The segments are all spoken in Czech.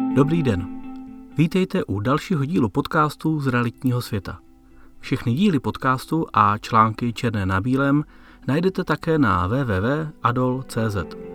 Dobrý den. Vítejte u dalšího dílu podcastu z realitního světa. Všechny díly podcastu a články černé na bílém najdete také na www.adol.cz.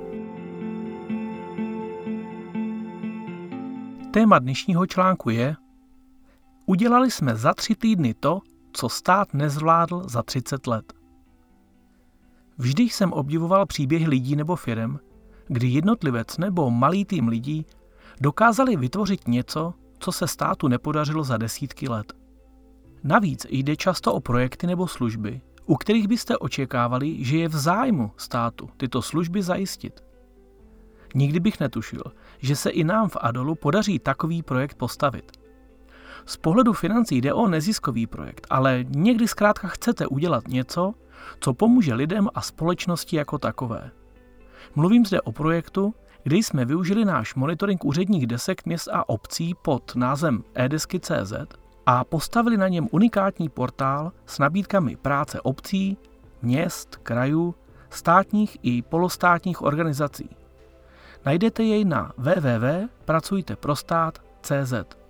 Téma dnešního článku je: udělali jsme za 3 týdny to, co stát nezvládl za 30 let. Vždy jsem obdivoval příběhy lidí nebo firem, kdy jednotlivec nebo malý tým lidí dokázali vytvořit něco, co se státu nepodařilo za desítky let. Navíc jde často o projekty nebo služby, u kterých byste očekávali, že je v zájmu státu tyto služby zajistit. Nikdy bych netušil, že se i nám v Adolu podaří takový projekt postavit. Z pohledu financí jde o neziskový projekt, ale někdy zkrátka chcete udělat něco, co pomůže lidem a společnosti jako takové. Mluvím zde o projektu, kde jsme využili náš monitoring úředních desek měst a obcí pod názvem eDesky.cz a postavili na něm unikátní portál s nabídkami práce obcí, měst, krajů, státních i polostátních organizací. Najdete jej na www.pracujteprostát.cz.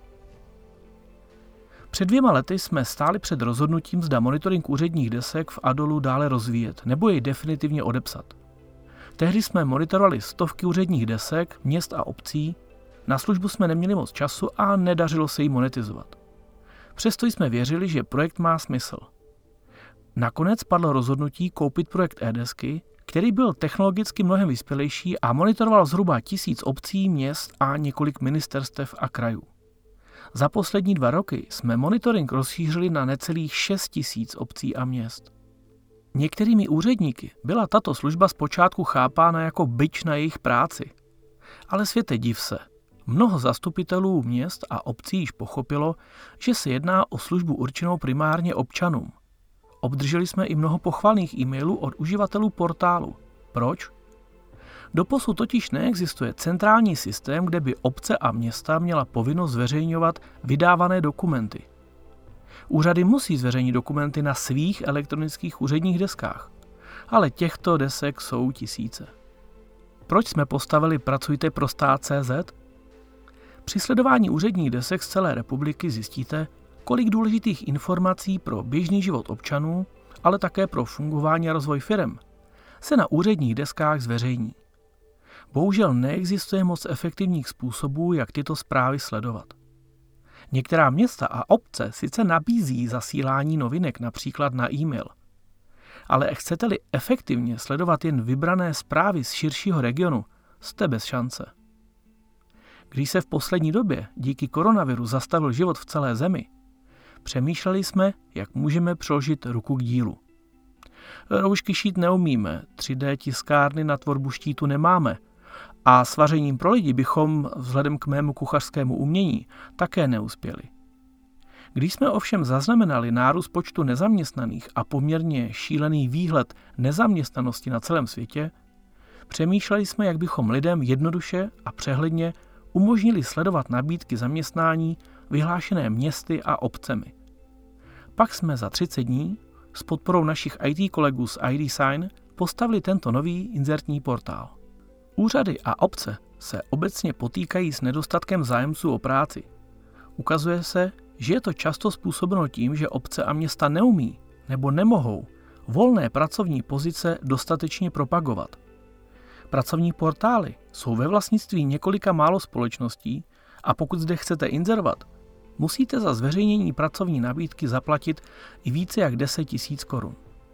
Před 2 lety jsme stáli před rozhodnutím, zda monitoring úředních desek v Adolu dále rozvíjet nebo jej definitivně odepsat. Tehdy jsme monitorovali stovky úředních desek, měst a obcí, na službu jsme neměli moc času a nedařilo se ji monetizovat. Přesto jsme věřili, že projekt má smysl. Nakonec padlo rozhodnutí koupit projekt eDesky, který byl technologicky mnohem vyspělejší a monitoroval zhruba 1000 obcí, měst a několik ministerstev a krajů. Za poslední 2 roky jsme monitoring rozšířili na necelých 6000 obcí a měst. Některými úředníky byla tato služba zpočátku chápána jako bič na jejich práci. Ale světe div se, mnoho zastupitelů měst a obcí již pochopilo, že se jedná o službu určenou primárně občanům. Obdrželi jsme i mnoho pochvalných e-mailů od uživatelů portálu. Proč? Doposud totiž neexistuje centrální systém, kde by obce a města měla povinnost zveřejňovat vydávané dokumenty. Úřady musí zveřejnit dokumenty na svých elektronických úředních deskách, ale těchto desek jsou tisíce. Proč jsme postavili Pracujteprostát.cz? Při sledování úředních desek z celé republiky zjistíte, kolik důležitých informací pro běžný život občanů, ale také pro fungování a rozvoj firem, se na úředních deskách zveřejní. Bohužel neexistuje moc efektivních způsobů, jak tyto zprávy sledovat. Některá města a obce sice nabízí zasílání novinek například na e-mail, ale chcete-li efektivně sledovat jen vybrané zprávy z širšího regionu, jste bez šance. Když se v poslední době díky koronaviru zastavil život v celé zemi, přemýšleli jsme, jak můžeme přiložit ruku k dílu. Roušky šít neumíme, 3D tiskárny na tvorbu štítu nemáme a s vařením pro lidi bychom, vzhledem k mému kuchařskému umění, také neuspěli. Když jsme ovšem zaznamenali nárůst počtu nezaměstnaných a poměrně šílený výhled nezaměstnanosti na celém světě, přemýšleli jsme, jak bychom lidem jednoduše a přehledně umožnili sledovat nabídky zaměstnání vyhlášené městy a obcemi. Pak jsme za 30 dní s podporou našich IT kolegů z iDesign postavili tento nový inzertní portál. Úřady a obce se obecně potýkají s nedostatkem zájemců o práci. Ukazuje se, že je to často způsobeno tím, že obce a města neumí nebo nemohou volné pracovní pozice dostatečně propagovat. Pracovní portály jsou ve vlastnictví několika málo společností a pokud zde chcete inzerovat, musíte za zveřejnění pracovní nabídky zaplatit i více jak 10 000 korun.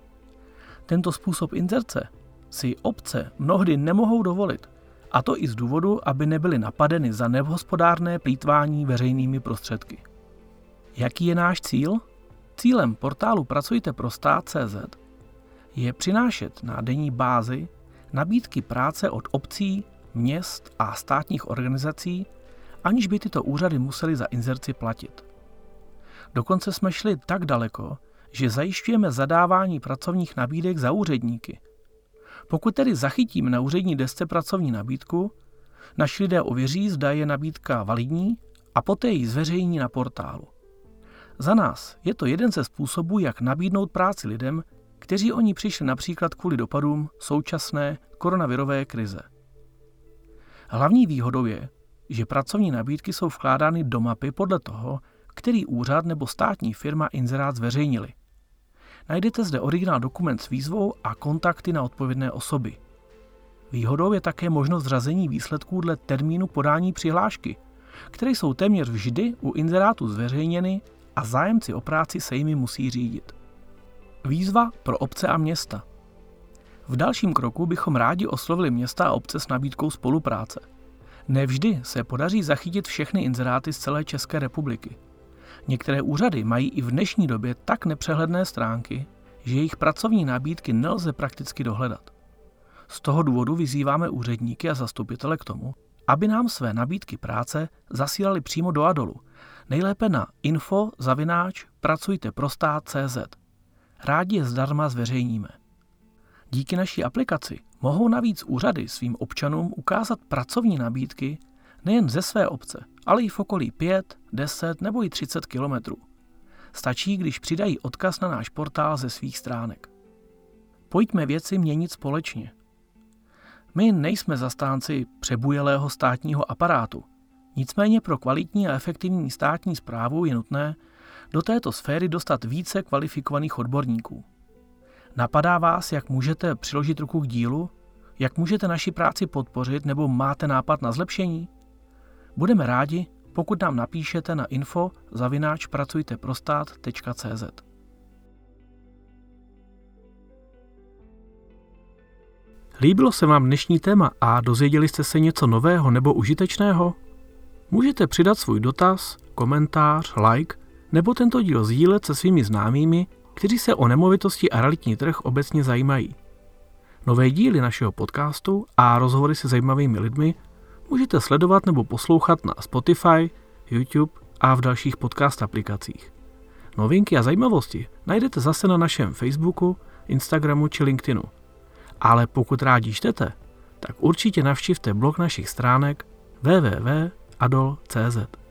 Tento způsob inzerce si obce mnohdy nemohou dovolit, a to i z důvodu, aby nebyly napadeny za nehospodárné plýtvání veřejnými prostředky. Jaký je náš cíl? Cílem portálu Pracujteprostát.cz je přinášet na denní bázi nabídky práce od obcí, měst a státních organizací, aniž by tyto úřady musely za inzerci platit. Dokonce jsme šli tak daleko, že zajišťujeme zadávání pracovních nabídek za úředníky. Pokud tedy zachytíme na úřední desce pracovní nabídku, naši lidé ověří, zda je nabídka validní a poté ji zveřejní na portálu. Za nás je to jeden ze způsobů, jak nabídnout práci lidem, kteří o ní přišli například kvůli dopadům současné koronavirové krize. Hlavní výhodou je, že pracovní nabídky jsou vkládány do mapy podle toho, který úřad nebo státní firma inzerát zveřejnili. Najdete zde originál dokument s výzvou a kontakty na odpovědné osoby. Výhodou je také možnost řazení výsledků dle termínu podání přihlášky, které jsou téměř vždy u inzerátu zveřejněny a zájemci o práci se jimi musí řídit. Výzva pro obce a města. V dalším kroku bychom rádi oslovili města a obce s nabídkou spolupráce. Nevždy se podaří zachytit všechny inzeráty z celé České republiky. Některé úřady mají i v dnešní době tak nepřehledné stránky, že jejich pracovní nabídky nelze prakticky dohledat. Z toho důvodu vyzýváme úředníky a zastupitele k tomu, aby nám své nabídky práce zasílali přímo do Adolu, nejlépe na info@pracujteprostát.cz. Rádi je zdarma zveřejníme. Díky naší aplikaci mohou navíc úřady svým občanům ukázat pracovní nabídky nejen ze své obce, ale i v okolí 5, 10 nebo i 30 kilometrů. Stačí, když přidají odkaz na náš portál ze svých stránek. Pojďme věci měnit společně. My nejsme zastánci přebujelého státního aparátu, nicméně pro kvalitní a efektivní státní správu je nutné do této sféry dostat více kvalifikovaných odborníků. Napadá vás, jak můžete přiložit ruku k dílu? Jak můžete naši práci podpořit nebo máte nápad na zlepšení? Budeme rádi, pokud nám napíšete na info@pracujteprostát.cz. Líbilo se vám dnešní téma a dozvěděli jste se něco nového nebo užitečného? Můžete přidat svůj dotaz, komentář, like nebo tento díl sdílet se svými známými, kteří se o nemovitosti a realitní trh obecně zajímají. Nové díly našeho podcastu a rozhovory se zajímavými lidmi můžete sledovat nebo poslouchat na Spotify, YouTube a v dalších podcast aplikacích. Novinky a zajímavosti najdete zase na našem Facebooku, Instagramu či LinkedInu. Ale pokud rádi čtete, tak určitě navštivte blog našich stránek www.adol.cz.